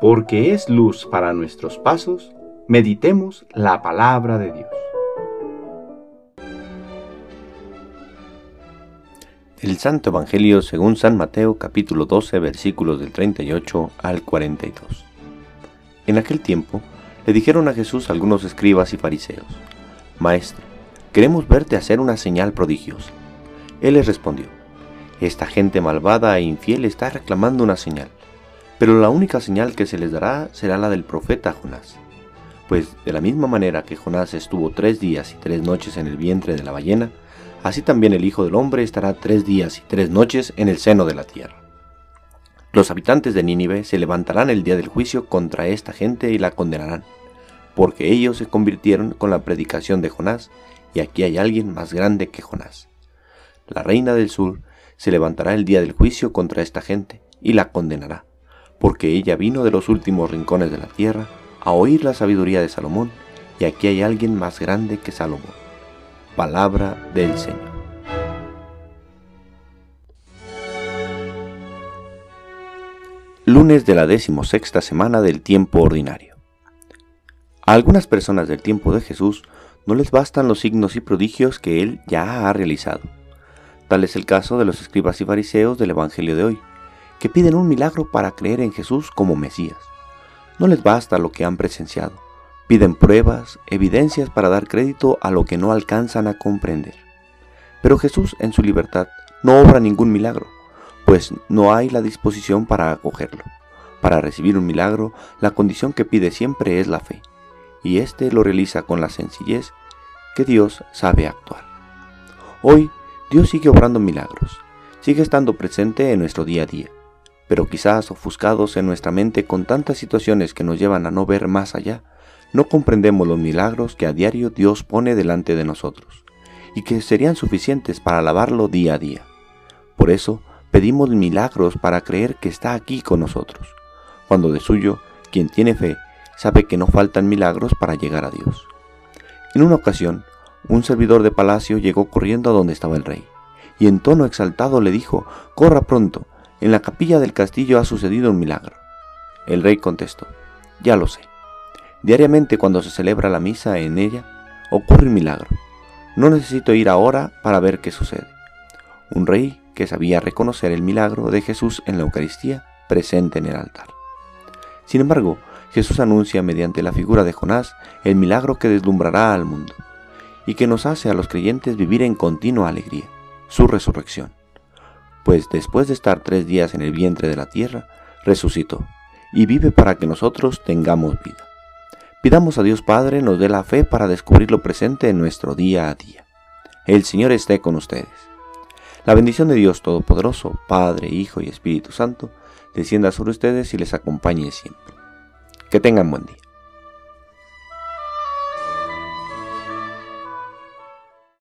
porque es luz para nuestros pasos, meditemos la palabra de Dios. El Santo Evangelio según San Mateo, capítulo 12, versículos del 38 al 42. En aquel tiempo le dijeron a Jesús algunos escribas y fariseos: Maestro, queremos verte hacer una señal prodigiosa. Él les respondió: Esta gente malvada e infiel está reclamando una señal, pero la única señal que se les dará será la del profeta Jonás. Pues de la misma manera que Jonás estuvo 3 días y 3 noches en el vientre de la ballena, así también el Hijo del Hombre estará 3 días y 3 noches en el seno de la tierra. Los habitantes de Nínive se levantarán el día del juicio contra esta gente y la condenarán, porque ellos se convirtieron con la predicación de Jonás, y aquí hay alguien más grande que Jonás. La reina del sur se levantará el día del juicio contra esta gente y la condenará, porque ella vino de los últimos rincones de la tierra a oír la sabiduría de Salomón, y aquí hay alguien más grande que Salomón. Palabra del Señor. Lunes de la 16ª semana del tiempo ordinario. A algunas personas del tiempo de Jesús no les bastan los signos y prodigios que Él ya ha realizado. Tal es el caso de los escribas y fariseos del Evangelio de hoy, que piden un milagro para creer en Jesús como Mesías. No les basta lo que han presenciado. Piden pruebas, evidencias para dar crédito a lo que no alcanzan a comprender. Pero Jesús, en su libertad, no obra ningún milagro, pues no hay la disposición para acogerlo. Para recibir un milagro, la condición que pide siempre es la fe, y éste lo realiza con la sencillez que Dios sabe actuar. Hoy, Dios sigue obrando milagros, sigue estando presente en nuestro día a día, pero quizás ofuscados en nuestra mente con tantas situaciones que nos llevan a no ver más allá, no comprendemos los milagros que a diario Dios pone delante de nosotros, y que serían suficientes para alabarlo día a día. Por eso, pedimos milagros para creer que está aquí con nosotros, cuando de suyo, quien tiene fe, sabe que no faltan milagros para llegar a Dios. En una ocasión, un servidor de palacio llegó corriendo a donde estaba el rey, y en tono exaltado le dijo: «Corra pronto, en la capilla del castillo ha sucedido un milagro». El rey contestó: «Ya lo sé. Diariamente cuando se celebra la misa en ella, ocurre un milagro. No necesito ir ahora para ver qué sucede». Un rey que sabía reconocer el milagro de Jesús en la Eucaristía presente en el altar. Sin embargo, Jesús anuncia mediante la figura de Jonás el milagro que deslumbrará al mundo, y que nos hace a los creyentes vivir en continua alegría, su resurrección. Pues después de estar 3 días en el vientre de la tierra, resucitó, y vive para que nosotros tengamos vida. Pidamos a Dios Padre nos dé la fe para descubrir lo presente en nuestro día a día. El Señor esté con ustedes. La bendición de Dios Todopoderoso, Padre, Hijo y Espíritu Santo, descienda sobre ustedes y les acompañe siempre. Que tengan buen día.